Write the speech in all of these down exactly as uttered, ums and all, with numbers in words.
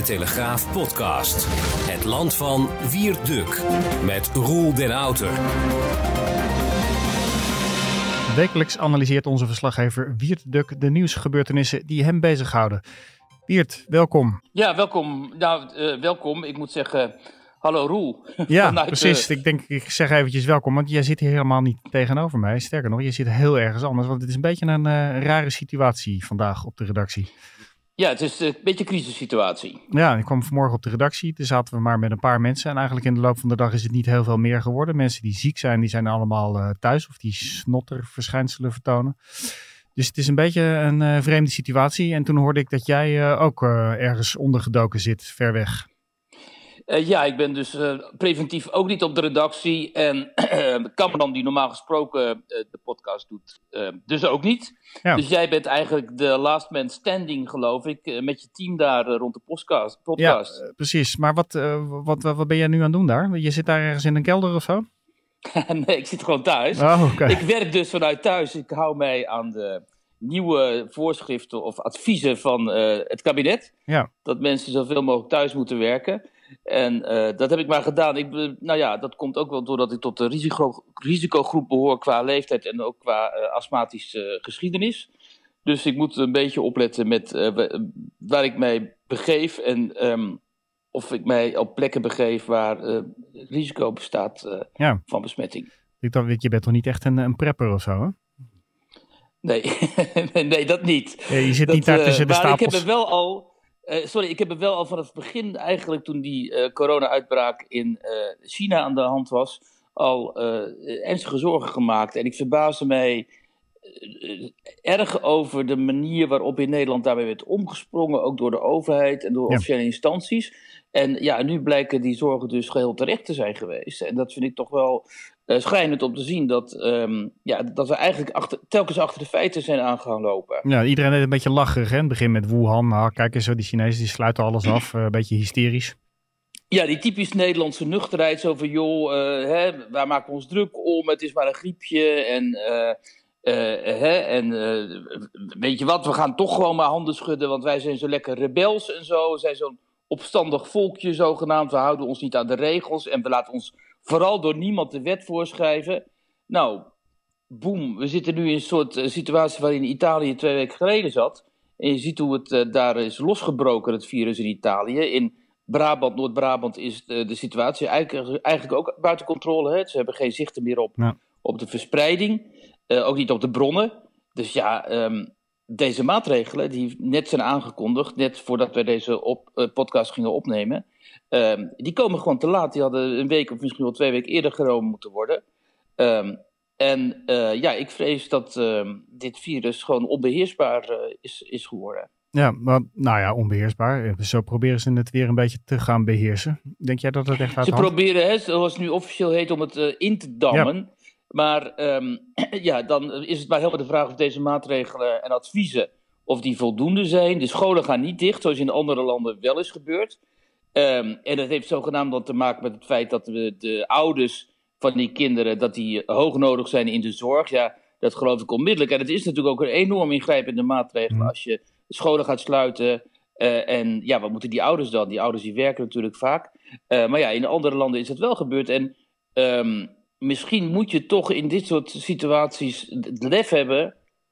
Telegraaf podcast. Het land van Wierd Duk met Roel den Outer. Wekelijks analyseert onze verslaggever Wierd Duk de nieuwsgebeurtenissen die hem bezighouden. Wierd, welkom. Ja, welkom. Nou, uh, welkom. Ik moet zeggen, hallo Roel. Ja, Vanuit, precies. Uh... Ik denk, ik zeg eventjes welkom, want jij zit hier helemaal niet tegenover mij. Sterker nog, je zit heel ergens anders, want het is een beetje een uh, rare situatie vandaag op de redactie. Ja, het is een beetje een crisissituatie. Ja, ik kwam vanmorgen op de redactie. Toen zaten we maar met een paar mensen. En eigenlijk in de loop van de dag is het niet heel veel meer geworden. Mensen die ziek zijn, die zijn allemaal uh, thuis. Of die snotterverschijnselen vertonen. Dus het is een beetje een uh, vreemde situatie. En toen hoorde ik dat jij uh, ook uh, ergens ondergedoken zit, ver weg. Uh, ja, ik ben dus uh, preventief ook niet op de redactie. En uh, de Kammerman die normaal gesproken uh, de podcast doet, uh, dus ook niet. Ja. Dus jij bent eigenlijk de last man standing, geloof ik, uh, met je team daar uh, rond de podcast. podcast. Ja, uh, precies. Maar wat, uh, wat, wat, wat ben jij nu aan het doen daar? Je zit daar ergens in een kelder of zo? Nee, ik zit gewoon thuis. Oh, okay. Ik werk dus vanuit thuis. Ik hou mij aan de nieuwe voorschriften of adviezen van uh, het kabinet. Ja. Dat mensen zoveel mogelijk thuis moeten werken. En uh, dat heb ik maar gedaan. Ik, nou ja, dat komt ook wel doordat ik tot de risico, risicogroep behoor qua leeftijd en ook qua uh, astmatische geschiedenis. Dus ik moet een beetje opletten met uh, waar ik mij begeef en um, of ik mij op plekken begeef waar uh, risico bestaat uh, ja. van besmetting. Ik dacht, je bent toch niet echt een, een prepper of zo, hè? Nee, nee, dat niet. Ja, je zit dat, niet daar tussen uh, de stapels. Ik heb er wel al... Uh, sorry, ik heb er wel al vanaf het begin, eigenlijk toen die uh, corona-uitbraak in uh, China aan de hand was, al uh, ernstige zorgen gemaakt. En ik verbaasde mij uh, erg over de manier waarop in Nederland daarmee werd omgesprongen, ook door de overheid en door ja. officiële instanties. En ja, nu blijken die zorgen dus geheel terecht te zijn geweest. En dat vind ik toch wel uh, schrijnend om te zien dat, um, ja, dat we eigenlijk achter, telkens achter de feiten zijn aan gaan lopen. Ja, iedereen deed een beetje lacherig, hè? In het begin met Wuhan. Nou, kijk eens, zo, die Chinezen die sluiten alles af. Uh, een beetje hysterisch. Ja, die typisch Nederlandse nuchterheid. Zo van, joh, uh, hè, waar maken we ons druk om? Het is maar een griepje. En, uh, uh, hè, en uh, weet je wat, we gaan toch gewoon maar handen schudden. Want wij zijn zo lekker rebels en zo. We zijn zo'n opstandig volkje zogenaamd. We houden ons niet aan de regels. En we laten ons vooral door niemand de wet voorschrijven. Nou, boem. We zitten nu in een soort uh, situatie waarin Italië twee weken geleden zat. En je ziet hoe het uh, daar is losgebroken, het virus in Italië. In Brabant, Noord-Brabant is de, de situatie eigenlijk, eigenlijk ook buiten controle. Hè? Ze hebben geen zicht meer op, ja. op de verspreiding. Uh, ook niet op de bronnen. Dus ja, um, deze maatregelen die net zijn aangekondigd, net voordat wij deze op, uh, podcast gingen opnemen, um, die komen gewoon te laat. Die hadden een week of misschien wel twee weken eerder genomen moeten worden. Um, en uh, ja, ik vrees dat uh, dit virus gewoon onbeheersbaar uh, is, is geworden. Ja, maar, nou ja, onbeheersbaar. Zo proberen ze het weer een beetje te gaan beheersen. Denk jij dat het echt uit Ze hand? proberen, hè, zoals het nu officieel heet, om het uh, in te dammen. Ja. Maar um, ja, dan is het maar helemaal de vraag of deze maatregelen en adviezen, of die voldoende zijn. De scholen gaan niet dicht, zoals in andere landen wel is gebeurd. Um, en dat heeft zogenaamd dan te maken met het feit dat we de ouders van die kinderen, dat die hoog nodig zijn in de zorg. Ja, dat geloof ik onmiddellijk. En het is natuurlijk ook een enorm ingrijpende maatregel mm. als je scholen gaat sluiten. Uh, en ja, wat moeten die ouders dan? Die ouders die werken natuurlijk vaak. Uh, maar ja, in andere landen is het wel gebeurd. En um, misschien moet je toch in dit soort situaties het lef hebben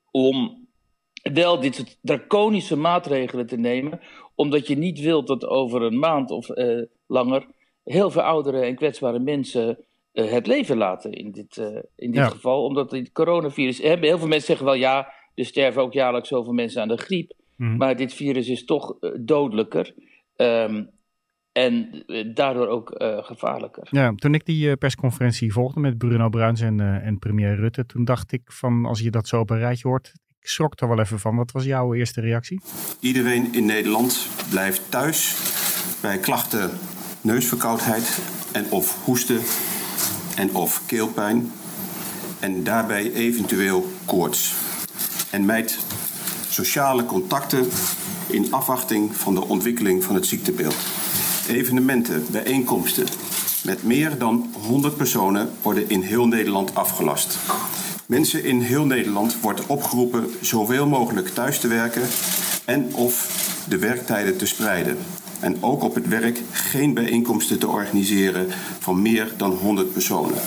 om wel dit soort draconische maatregelen te nemen. Omdat je niet wilt dat over een maand of uh, langer heel veel oudere en kwetsbare mensen uh, het leven laten in dit, uh, in dit ja. geval. Omdat het coronavirus... Heel veel mensen zeggen wel ja, er sterven ook jaarlijks zoveel mensen aan de griep. Mm. Maar dit virus is toch uh, dodelijker. Um, en uh, daardoor ook uh, gevaarlijker. Ja, toen ik die uh, persconferentie volgde met Bruno Bruins en, uh, en premier Rutte, toen dacht ik van, als je dat zo op een rijtje hoort, ik schrok er wel even van. Wat was jouw eerste reactie? Iedereen in Nederland blijft thuis bij klachten neusverkoudheid en of hoesten en of keelpijn. En daarbij eventueel koorts. En mijt sociale contacten in afwachting van de ontwikkeling van het ziektebeeld. Evenementen, bijeenkomsten met meer dan honderd personen worden in heel Nederland afgelast. Mensen in heel Nederland wordt opgeroepen zoveel mogelijk thuis te werken en of de werktijden te spreiden. en ook op het werk geen bijeenkomsten te organiseren van meer dan honderd personen.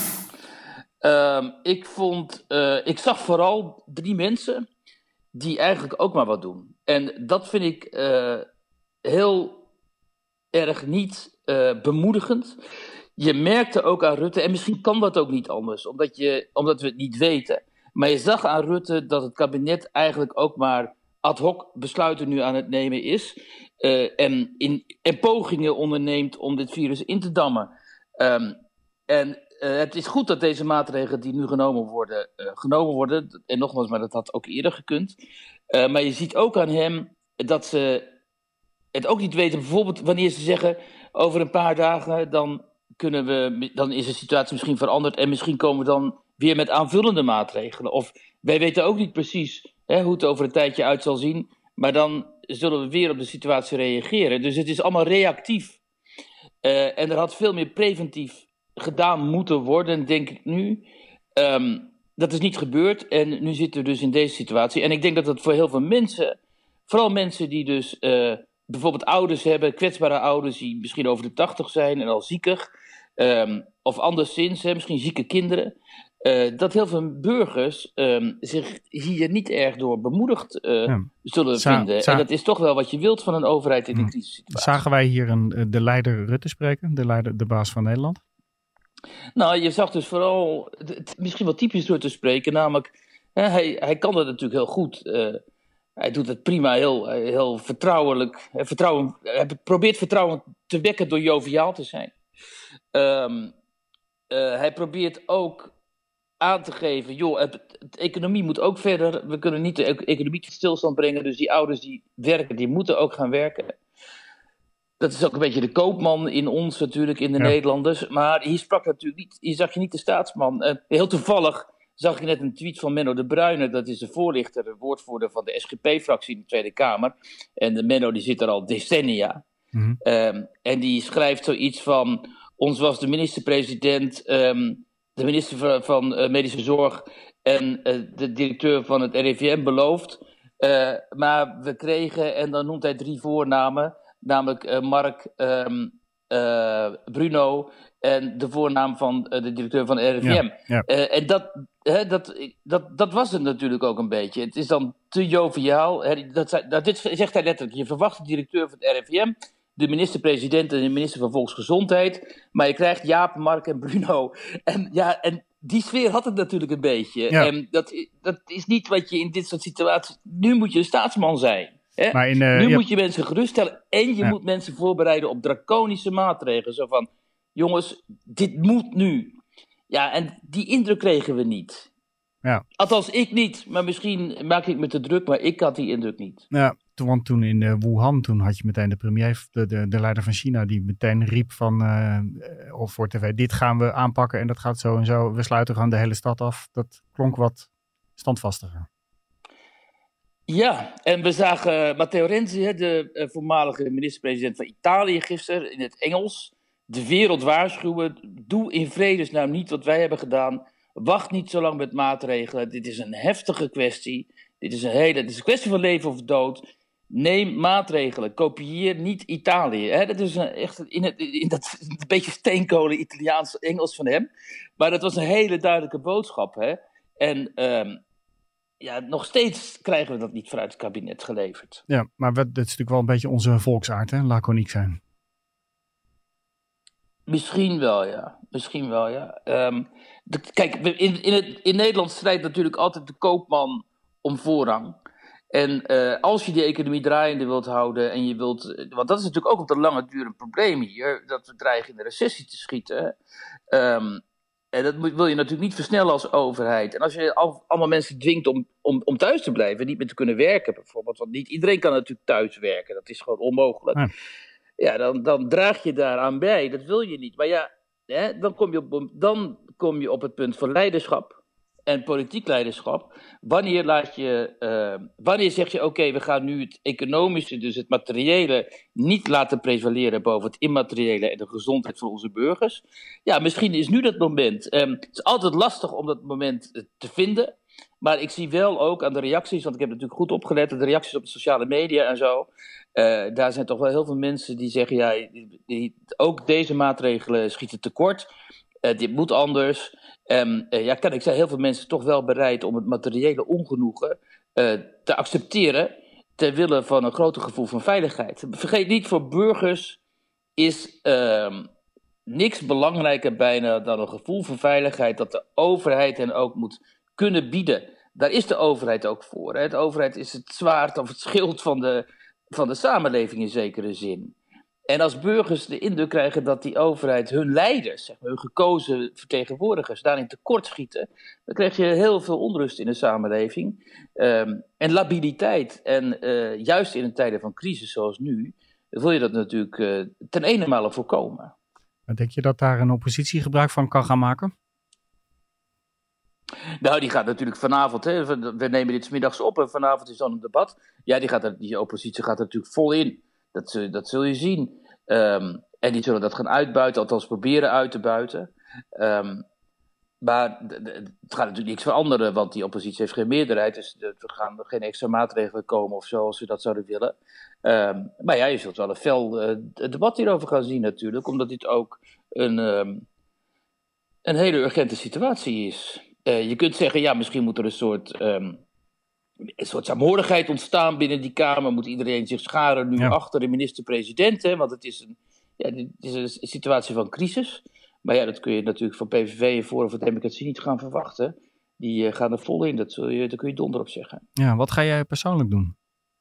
Uh, ik, vond, uh, ik zag vooral drie mensen die eigenlijk ook maar wat doen. En dat vind ik uh, heel erg niet uh, bemoedigend. Je merkte ook aan Rutte, en misschien kan dat ook niet anders, omdat, je, omdat we het niet weten. Maar je zag aan Rutte dat het kabinet eigenlijk ook maar ad hoc besluiten nu aan het nemen is. Uh, en, in, en pogingen onderneemt om dit virus in te dammen. Um, en uh, het is goed dat deze maatregelen die nu genomen worden, uh, genomen worden. En nogmaals, maar dat had ook eerder gekund. Uh, maar je ziet ook aan hem dat ze het ook niet weten. Bijvoorbeeld wanneer ze zeggen, over een paar dagen dan, kunnen we, dan is de situatie misschien veranderd. En misschien komen we dan weer met aanvullende maatregelen. Of wij weten ook niet precies hè, hoe het over een tijdje uit zal zien. Maar dan zullen we weer op de situatie reageren. Dus het is allemaal reactief. Uh, en er had veel meer preventief gedaan moeten worden, denk ik nu. Um, dat is niet gebeurd. En nu zitten we dus in deze situatie. En ik denk dat dat voor heel veel mensen, vooral mensen die dus uh, bijvoorbeeld ouders hebben, kwetsbare ouders die misschien over de tachtig zijn en al ziekig. Um, of anderszins, hè, misschien zieke kinderen. Uh, dat heel veel burgers um, zich hier niet erg door bemoedigd uh, ja. zullen Sa- vinden. Sa- en dat is toch wel wat je wilt van een overheid in die crisissituatie. Zagen wij hier een, de leider Rutte spreken, de, leider, de baas van Nederland? Nou, je zag dus vooral, het, misschien wel typisch Rutte spreken, namelijk, hè, hij, hij kan dat natuurlijk heel goed. Uh, hij doet het prima, heel, heel vertrouwelijk. Hij, vertrouwen, hij probeert vertrouwen te wekken door joviaal te zijn. Um, uh, hij probeert ook aan te geven, joh, het, het economie moet ook verder. We kunnen niet de e- economie tot stilstand brengen. Dus die ouders die werken, die moeten ook gaan werken. Dat is ook een beetje de koopman in ons natuurlijk, in de ja. Nederlanders. Maar hier sprak natuurlijk niet, hier zag je niet de staatsman. Uh, heel toevallig zag ik net een tweet van Menno de Bruyne. Dat is de voorlichter, de woordvoerder van de S G P-fractie in de Tweede Kamer. En de Menno die zit er al decennia. Mm-hmm. Um, en die schrijft zoiets van, ons was de minister-president, um, de minister van uh, Medische Zorg en uh, de directeur van het R I V M beloofd. Uh, maar we kregen, en dan noemt hij drie voornamen, namelijk uh, Mark, um, uh, Bruno en de voornaam van uh, de directeur van het R I V M. Ja, ja. Uh, en dat, hè, dat, dat, dat was het natuurlijk ook een beetje. Het is dan te joviaal. Hè, dat, dat, dit zegt hij letterlijk. Je verwacht de directeur van het R I V M, de minister-president en de minister van Volksgezondheid. Maar je krijgt Jaap, Mark en Bruno. En, ja, en die sfeer had het natuurlijk een beetje. Ja. En dat, dat is niet wat je in dit soort situaties... Nu moet je een staatsman zijn. Hè? Maar in, uh, nu ja. moet je mensen geruststellen. En je ja. moet mensen voorbereiden op draconische maatregelen. Zo van, jongens, dit moet nu. Ja, en die indruk kregen we niet. Ja. Althans, ik niet. Maar misschien maak ik me te druk, maar ik had die indruk niet. Ja, want toen in uh, Wuhan, toen had je meteen de premier, de, de, de leider van China, die meteen riep van, uh, of voor tv, dit gaan we aanpakken en dat gaat zo en zo. We sluiten gewoon de hele stad af. Dat klonk wat standvastiger. Ja, en we zagen Matteo Renzi, de uh, voormalige minister-president van Italië gisteren, in het Engels, de wereld waarschuwen. Doe in vredesnaam niet wat wij hebben gedaan. Wacht niet zo lang met maatregelen. Dit is een heftige kwestie. Dit is een hele, dit is een kwestie van leven of dood. Neem maatregelen. Kopieer niet Italië. Hè? Dat is een, echt in, het, in dat een beetje steenkolen Italiaans Engels van hem. Maar dat was een hele duidelijke boodschap. Hè? En um, ja, nog steeds krijgen we dat niet vanuit het kabinet geleverd. Ja, maar dat is natuurlijk wel een beetje onze volksaard, hè? Laconiek zijn. Misschien wel, ja. Misschien wel, ja. Um, de, kijk, in, in, het, in Nederland strijdt natuurlijk altijd de koopman om voorrang. En uh, als je die economie draaiende wilt houden en je wilt... Want dat is natuurlijk ook op de lange duur een probleem hier. Dat we dreigen in de recessie te schieten. Um, en dat moet, wil je natuurlijk niet versnellen als overheid. En als je al, allemaal mensen dwingt om, om, om thuis te blijven, niet meer te kunnen werken bijvoorbeeld. Want niet iedereen kan natuurlijk thuis werken. Dat is gewoon onmogelijk. Ja. Ja, dan, dan draag je daaraan bij. Dat wil je niet. Maar ja, hè, dan, kom je op, dan kom je op het punt van leiderschap. en politiek leiderschap. Wanneer, laat je, uh, wanneer zeg je, oké, okay, we gaan nu het economische, dus het materiële, niet laten prevaleren boven het immateriële en de gezondheid van onze burgers. Ja, misschien is nu dat moment. Um, het is altijd lastig om dat moment uh, te vinden. Maar ik zie wel ook aan de reacties, want ik heb natuurlijk goed opgelet, de reacties op de sociale media en zo. Uh, daar zijn toch wel heel veel mensen die zeggen, ja, die, die, ook deze maatregelen schieten tekort. Uh, dit moet anders. Um, uh, ja, kan ik zijn heel veel mensen toch wel bereid om het materiële ongenoegen uh, te accepteren ter wille van een groter gevoel van veiligheid. Vergeet niet, voor burgers is uh, niks belangrijker bijna dan een gevoel van veiligheid dat de overheid hen ook moet kunnen bieden. Daar is de overheid ook voor. Hè. De overheid is het zwaard of het schild van de, van de samenleving in zekere zin. En als burgers de indruk krijgen dat die overheid hun leiders, zeg maar, hun gekozen vertegenwoordigers, daarin tekort schieten, dan krijg je heel veel onrust in de samenleving. Um, en labiliteit. En uh, juist in een tijden van crisis zoals nu, wil je dat natuurlijk uh, ten ene voorkomen. Denk je dat daar een oppositie gebruik van kan gaan maken? Nou, die gaat natuurlijk vanavond, hè, we nemen dit 's middags op en vanavond is dan een debat. Ja, die, gaat er, die oppositie gaat er natuurlijk vol in. Dat, dat zul je zien. Um, en die zullen dat gaan uitbuiten, althans proberen uit te buiten. Um, maar d- d- het gaat natuurlijk niks veranderen, want die oppositie heeft geen meerderheid. Dus er gaan geen extra maatregelen komen of zo, als we dat zouden willen. Um, maar ja, je zult wel een fel uh, debat hierover gaan zien natuurlijk, omdat dit ook een, um, een hele urgente situatie is. Uh, je kunt zeggen, ja, misschien moet er een soort... Um, een soort saamhorigheid ontstaan binnen die Kamer. Moet iedereen zich scharen nu ja. achter de minister-president. Hè? Want het is, een, ja, het is een situatie van crisis. Maar ja, dat kun je natuurlijk van P V V en Forum voor Democratie niet gaan verwachten. Die uh, gaan er vol in, dat zul je, daar kun je donder op zeggen. Ja, wat ga jij persoonlijk doen?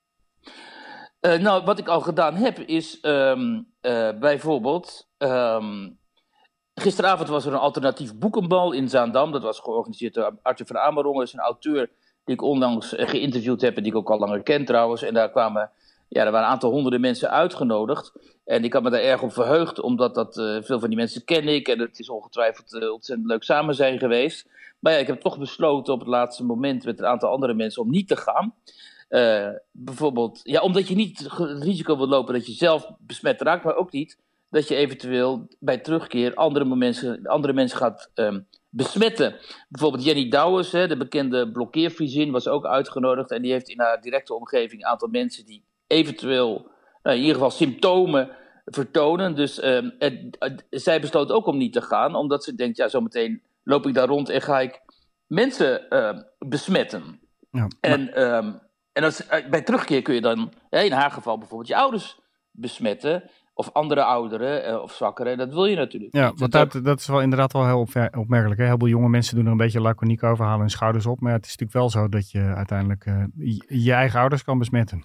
Uh, nou, wat ik al gedaan heb is um, uh, bijvoorbeeld... Um, gisteravond was er een alternatief boekenbal in Zaandam. Dat was georganiseerd door Arthur van Amerongen, is een auteur die ik onlangs geïnterviewd heb en die ik ook al langer ken trouwens. En daar kwamen, ja, er waren een aantal honderden mensen uitgenodigd. En ik had me daar erg op verheugd, omdat dat, uh, veel van die mensen ken ik. En het is ongetwijfeld uh, ontzettend leuk samen zijn geweest. Maar ja, ik heb toch besloten op het laatste moment met een aantal andere mensen om niet te gaan. Uh, bijvoorbeeld, ja, omdat je niet het risico wil lopen dat je zelf besmet raakt, maar ook niet dat je eventueel bij terugkeer andere mensen, andere mensen gaat um, besmetten. Bijvoorbeeld Jenny Douwes, hè, de bekende blokkeervriezin, was ook uitgenodigd. En die heeft in haar directe omgeving een aantal mensen die eventueel, nou, in ieder geval symptomen vertonen. Dus um, het, het, zij besloot ook om niet te gaan, omdat ze denkt, ja, zometeen loop ik daar rond en ga ik mensen uh, besmetten. Ja, maar... En, um, en als, uh, bij terugkeer kun je dan, ja, in haar geval bijvoorbeeld je ouders besmetten. Of andere ouderen uh, of zwakkeren, dat wil je natuurlijk ja, niet. Want dat, dat is wel inderdaad wel heel opmerkelijk. Hè? Heel veel jonge mensen doen er een beetje laconiek over, halen hun schouders op. Maar ja, het is natuurlijk wel zo dat je uiteindelijk uh, je, je eigen ouders kan besmetten.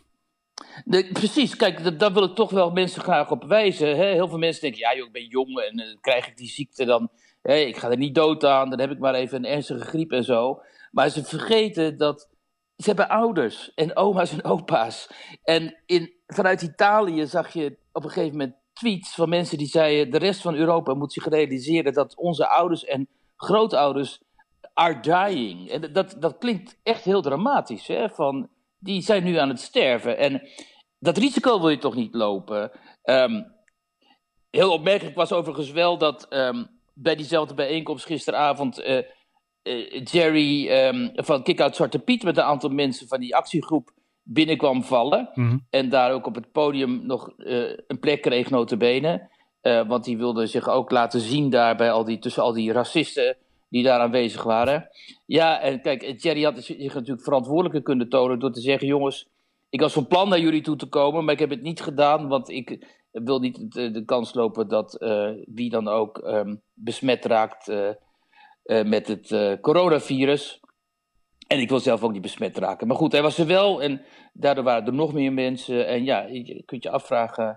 De, precies, kijk, dat, daar wil ik toch wel mensen graag op wijzen. Hè? Heel veel mensen denken, ja joh, ik ben jong en uh, krijg ik die ziekte dan... Hè, ik ga er niet dood aan, dan heb ik maar even een ernstige griep en zo. Maar ze vergeten dat... Ze hebben ouders en oma's en opa's. En in, vanuit Italië zag je op een gegeven moment tweets van mensen die zeiden... de rest van Europa moet zich realiseren dat onze ouders en grootouders are dying. En dat, dat klinkt echt heel dramatisch. Hè? Van, die zijn nu aan het sterven. En dat risico wil je toch niet lopen. Um, heel opmerkelijk was overigens wel dat um, bij diezelfde bijeenkomst gisteravond... Uh, Uh, Jerry um, van Kick-Out Zwarte Piet met een aantal mensen van die actiegroep binnenkwam vallen. Mm-hmm. En daar ook op het podium nog uh, een plek kreeg, nota bene. Uh, want die wilde zich ook laten zien daar bij al die, tussen al die racisten die daar aanwezig waren. Ja, en kijk, Jerry had zich natuurlijk verantwoordelijker kunnen tonen door te zeggen... jongens, ik was van plan naar jullie toe te komen, maar ik heb het niet gedaan... want ik wil niet de, de kans lopen dat uh, wie dan ook um, besmet raakt... Uh, Uh, met het uh, coronavirus. En ik wil zelf ook niet besmet raken. Maar goed, hij was er wel en daardoor waren er nog meer mensen. En ja, je kunt je afvragen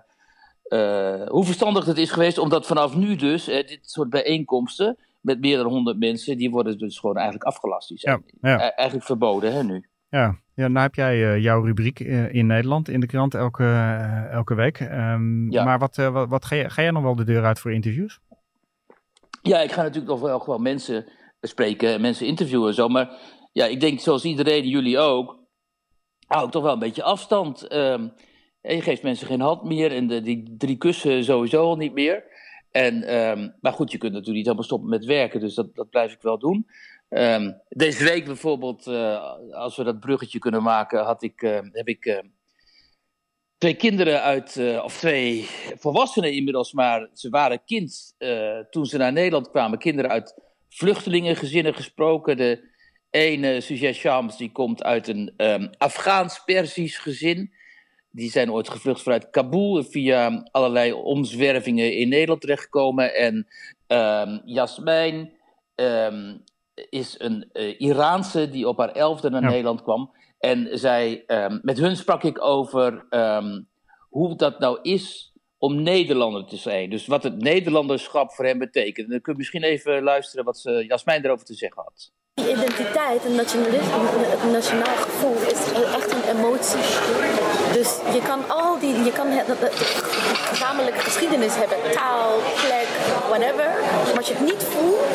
uh, hoe verstandig het is geweest... omdat vanaf nu dus, uh, dit soort bijeenkomsten... met meer dan honderd mensen, die worden dus gewoon eigenlijk afgelast. Die zijn ja, ja. eigenlijk verboden, hè, nu. Ja, ja, nou heb jij uh, jouw rubriek uh, in Nederland in de krant elke, uh, elke week. Um, ja. Maar wat, uh, wat, wat ga, je, ga jij nog wel de deur uit voor interviews? Ja, ik ga natuurlijk nog wel gewoon mensen spreken en mensen interviewen en zo. Maar ja, ik denk zoals iedereen, jullie ook, hou ik toch wel een beetje afstand. Um, je geeft mensen geen hand meer en de, die drie kussen sowieso al niet meer. En, um, maar goed, je kunt natuurlijk niet helemaal stoppen met werken, dus dat, dat blijf ik wel doen. Um, deze week bijvoorbeeld, uh, als we dat bruggetje kunnen maken, had ik, uh, heb ik uh, twee kinderen uit, uh, of twee volwassenen inmiddels, maar ze waren kind uh, toen ze naar Nederland kwamen. Kinderen uit vluchtelingengezinnen gesproken. De ene, Sujat Shams, die komt uit een um, Afghaans-Persisch gezin. Die zijn ooit gevlucht vanuit Kabul en via allerlei omzwervingen in Nederland terechtgekomen. En um, Jasmijn um, is een uh, Iraanse die op haar elfde naar ja. Nederland kwam. En zij, um, met hun sprak ik over um, hoe dat nou is om Nederlander te zijn. Dus wat het Nederlanderschap voor hem betekent. En dan kun je misschien even luisteren wat ze, Jasmijn erover te zeggen had. Identiteit en nationalisme, het nationaal gevoel is echt een emotie. Dus je kan al die, je kan het, het, het gezamenlijke geschiedenis hebben, taal, plek, whatever. Maar als je het niet voelt,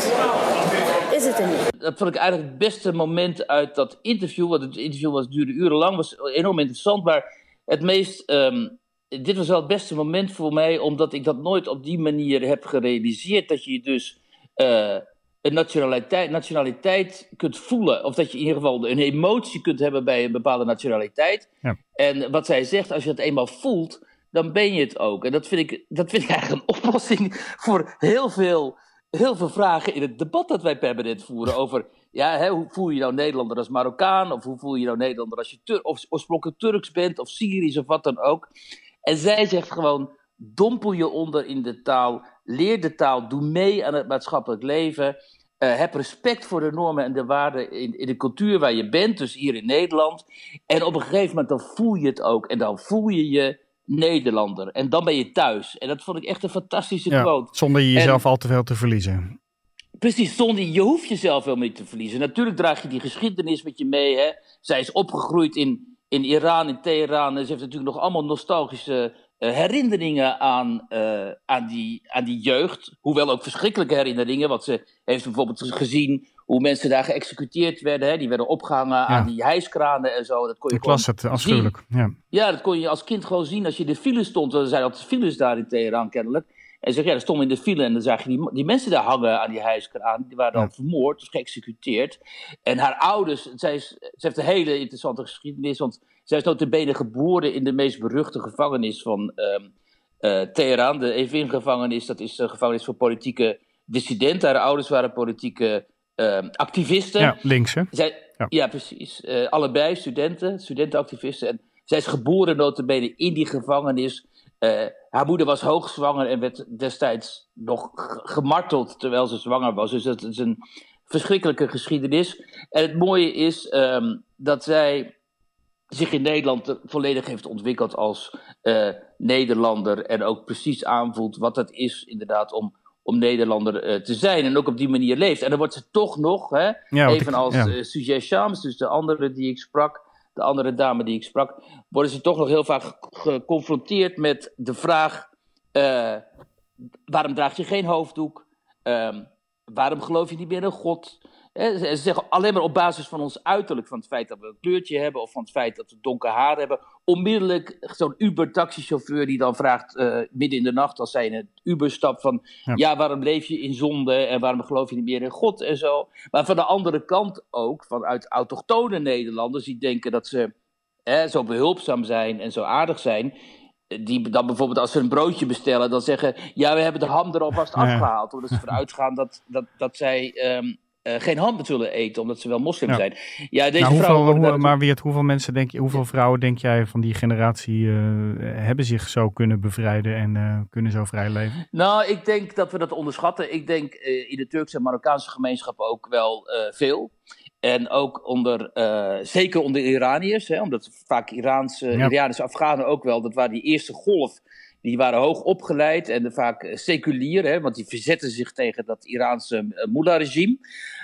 is het er niet. Dat vond ik eigenlijk het beste moment uit dat interview. Want het interview was, duurde urenlang, was enorm interessant. Maar het meest, um, dit was wel het beste moment voor mij, omdat ik dat nooit op die manier heb gerealiseerd. Dat je dus Uh, een nationaliteit, nationaliteit kunt voelen. Of dat je in ieder geval een emotie kunt hebben bij een bepaalde nationaliteit. Ja. En wat zij zegt, als je het eenmaal voelt, dan ben je het ook. En dat vind ik, dat vind ik eigenlijk een oplossing voor heel veel, heel veel vragen in het debat dat wij permanent voeren. Over, ja, hè, hoe voel je nou Nederlander als Marokkaan? Of hoe voel je nou Nederlander als je Tur- of oorspronkelijk Turks bent? Of Syrisch of wat dan ook. En zij zegt gewoon, dompel je onder in de taal. Leer de taal, doe mee aan het maatschappelijk leven. Uh, heb respect voor de normen en de waarden in, in de cultuur waar je bent, dus hier in Nederland. En op een gegeven moment dan voel je het ook. En dan voel je je Nederlander. En dan ben je thuis. En dat vond ik echt een fantastische ja, quote. Zonder je jezelf en, al te veel te verliezen. Precies, zonder je hoeft jezelf helemaal niet te verliezen. Natuurlijk draag je die geschiedenis met je mee. Hè. Zij is opgegroeid in, in Iran, in Teheran. En ze heeft natuurlijk nog allemaal nostalgische Uh, herinneringen aan, uh, aan, die, aan die jeugd. Hoewel ook verschrikkelijke herinneringen. Want ze heeft bijvoorbeeld gezien hoe mensen daar geëxecuteerd werden. Hè? Die werden opgehangen ja. aan die hijskranen en zo. Dat kon je Ik las het afschuwelijk. Ja. ja, dat kon je als kind gewoon zien als je in de file stond. Er zijn altijd files daar in Teheran kennelijk. En zeg, ja, dan stond in de file en dan zag je die, die mensen daar hangen aan die hijskraan. Die waren dan ja. vermoord of geëxecuteerd. En haar ouders, zij is, ze heeft een hele interessante geschiedenis. Want zij is nota bene geboren in de meest beruchte gevangenis van um, uh, Teheran. De Evin-gevangenis, dat is een gevangenis voor politieke dissidenten. Haar ouders waren politieke uh, activisten. Ja, links hè? Zij, ja. ja, precies. Uh, allebei studenten, studentenactivisten. En zij is geboren nota bene in die gevangenis. Uh, haar moeder was hoogzwanger en werd destijds nog gemarteld terwijl ze zwanger was. Dus dat is een verschrikkelijke geschiedenis. En het mooie is um, dat zij zich in Nederland volledig heeft ontwikkeld als uh, Nederlander. En ook precies aanvoelt wat het is inderdaad om, om Nederlander uh, te zijn. En ook op die manier leeft. En dan wordt ze toch nog, hè, ja, evenals ja. uh, Sujat Shams, dus de andere die ik sprak, de andere dame die ik sprak, worden ze toch nog heel vaak geconfronteerd met de vraag, uh, waarom draag je geen hoofddoek? Uh, waarom geloof je niet meer in God? He, ze zeggen alleen maar op basis van ons uiterlijk, van het feit dat we een kleurtje hebben of van het feit dat we donker haar hebben, onmiddellijk zo'n Uber-taxichauffeur die dan vraagt uh, midden in de nacht als zij in het Uber stapt van ja. ja, waarom leef je in zonde en waarom geloof je niet meer in God en zo. Maar van de andere kant ook, vanuit autochtone Nederlanders die denken dat ze hè, zo behulpzaam zijn en zo aardig zijn, die dan bijvoorbeeld als ze een broodje bestellen dan zeggen, ja, we hebben de ham er alvast ja. afgehaald, omdat ze ervan uitgaan dat, dat, dat zij Um, Uh, geen ham zullen eten, omdat ze wel moslim ja. zijn. Ja, deze nou, vrouwen hoeveel, hoe, hoe, maar Weert, hoeveel mensen denk je, hoeveel vrouwen denk jij van die generatie uh, hebben zich zo kunnen bevrijden en uh, kunnen zo vrij leven? Nou, ik denk dat we dat onderschatten. Ik denk uh, in de Turkse en Marokkaanse gemeenschap ook wel uh, veel. En ook onder, uh, zeker onder Iraniërs, hè, omdat vaak Iraanse, ja. Iranische Afghanen ook wel, dat waren die eerste golf. Die waren hoog opgeleid en vaak seculier, hè, want die verzetten zich tegen dat Iraanse uh, mullah-regime.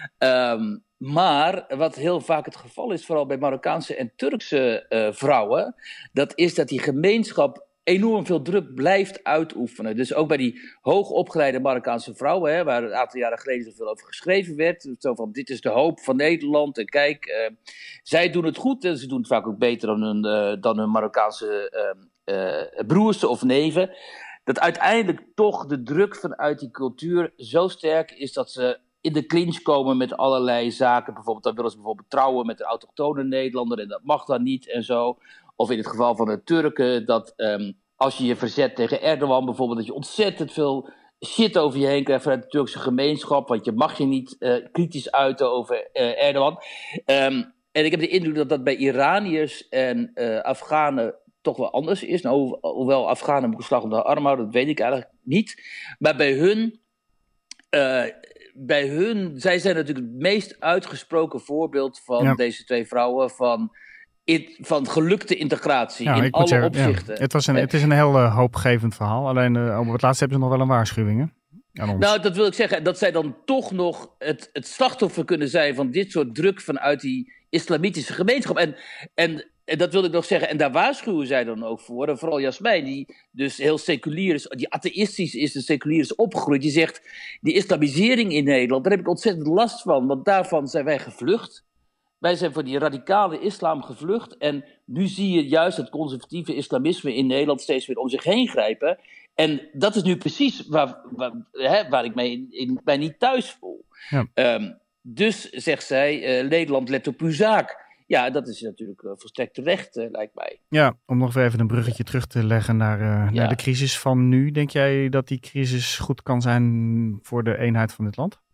Um, maar wat heel vaak het geval is, vooral bij Marokkaanse en Turkse uh, vrouwen, dat is dat die gemeenschap enorm veel druk blijft uitoefenen. Dus ook bij die hoogopgeleide Marokkaanse vrouwen, hè, waar een aantal jaren geleden zoveel over geschreven werd. Zo van, dit is de hoop van Nederland. En kijk, uh, zij doen het goed. En ze doen het vaak ook beter dan hun, uh, dan hun Marokkaanse uh, uh, broers of neven. Dat uiteindelijk toch de druk vanuit die cultuur zo sterk is dat ze in de clinch komen met allerlei zaken. Bijvoorbeeld, dan willen ze bijvoorbeeld trouwen met een autochtone Nederlander en dat mag dan niet en zo. Of in het geval van de Turken, dat um, als je je verzet tegen Erdogan bijvoorbeeld, dat je ontzettend veel shit over je heen krijgt vanuit de Turkse gemeenschap, want je mag je niet uh, kritisch uiten over uh, Erdogan. Um, en ik heb de indruk dat dat bij Iraniërs en uh, Afghanen toch wel anders is. Nou, ho- hoewel Afghanen een slag om de arm houden, dat weet ik eigenlijk niet. Maar bij hun... Uh, bij hun, zij zijn natuurlijk het meest uitgesproken voorbeeld van Ja. deze twee vrouwen van, in, van gelukte integratie Ja, in ik alle moet zeggen, ja, opzichten. het, was een, het is een heel uh, hoopgevend verhaal. Alleen uh, op het laatste hebben ze nog wel een waarschuwing, hè? Aan ons. Nou, dat wil ik zeggen, dat zij dan toch nog het, het slachtoffer kunnen zijn van dit soort druk vanuit die islamitische gemeenschap. En, en, en dat wilde ik nog zeggen, en daar waarschuwen zij dan ook voor. En vooral Jasmijn, die dus heel seculier is, die atheïstisch is en seculier is opgegroeid. Die zegt, die islamisering in Nederland, daar heb ik ontzettend last van. Want daarvan zijn wij gevlucht. Wij zijn voor die radicale islam gevlucht. En nu zie je juist het conservatieve islamisme in Nederland steeds weer om zich heen grijpen. En dat is nu precies waar, waar, hè, waar ik mij, in, in, mij niet thuis voel. Ja. Um, dus, zegt zij, uh, Nederland let op uw zaak. Ja, dat is natuurlijk uh, volstrekt terecht, uh, lijkt mij. Ja, om nog weer even een bruggetje terug te leggen naar, uh, Ja. naar de crisis van nu. Denk jij dat die crisis goed kan zijn voor de eenheid van dit land?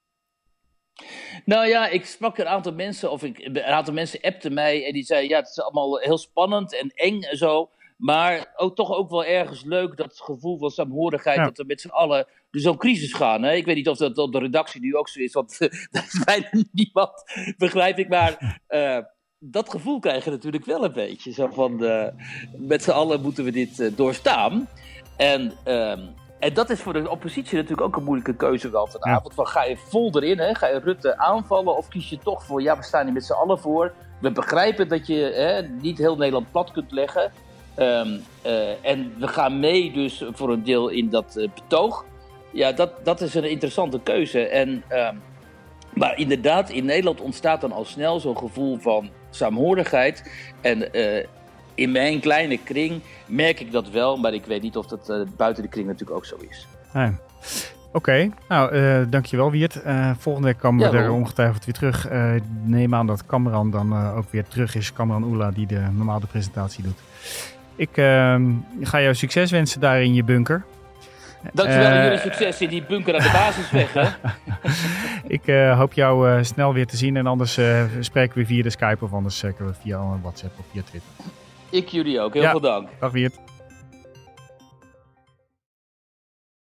Nou ja, ik sprak een aantal mensen, of ik, een aantal mensen appten mij en die zeiden, ja, het is allemaal heel spannend en eng en zo. Maar ook toch ook wel ergens leuk, dat gevoel van saamhorigheid, Ja. dat we met z'n allen door zo'n crisis gaan. Hè? Ik weet niet of dat op de redactie nu ook zo is, want uh, daar is bijna niemand, begrijp ik. Maar uh, dat gevoel krijg je natuurlijk wel een beetje. Zo van, uh, met z'n allen moeten we dit uh, doorstaan. En, um, en dat is voor de oppositie natuurlijk ook een moeilijke keuze wel vanavond. Ja. Van, ga je vol erin, hè? Ga je Rutte aanvallen of kies je toch voor, ja, we staan hier met z'n allen voor. We begrijpen dat je hè, niet heel Nederland plat kunt leggen. Um, uh, en we gaan mee dus voor een deel in dat uh, betoog. Ja, dat, dat is een interessante keuze. En, um, maar inderdaad, in Nederland ontstaat dan al snel zo'n gevoel van saamhorigheid. En uh, in mijn kleine kring merk ik dat wel, maar ik weet niet of dat uh, buiten de kring natuurlijk ook zo is. Nee. Oké, okay. nou uh, dankjewel Wiert. Uh, volgende week komen we ja, er wel. ongetwijfeld weer terug. Uh, neem aan dat Kamran dan uh, ook weer terug is. Kamran Oela die de normale presentatie doet. Ik uh, ga jou succes wensen daar in je bunker. Dankjewel, uh, jullie succes in die bunker aan de basisweg. Hè? Ik uh, hoop jou uh, snel weer te zien. En anders uh, spreken we via de Skype of anders uh, via WhatsApp of via Twitter. Ik jullie ook. Heel ja. veel dank. Dag Wiert.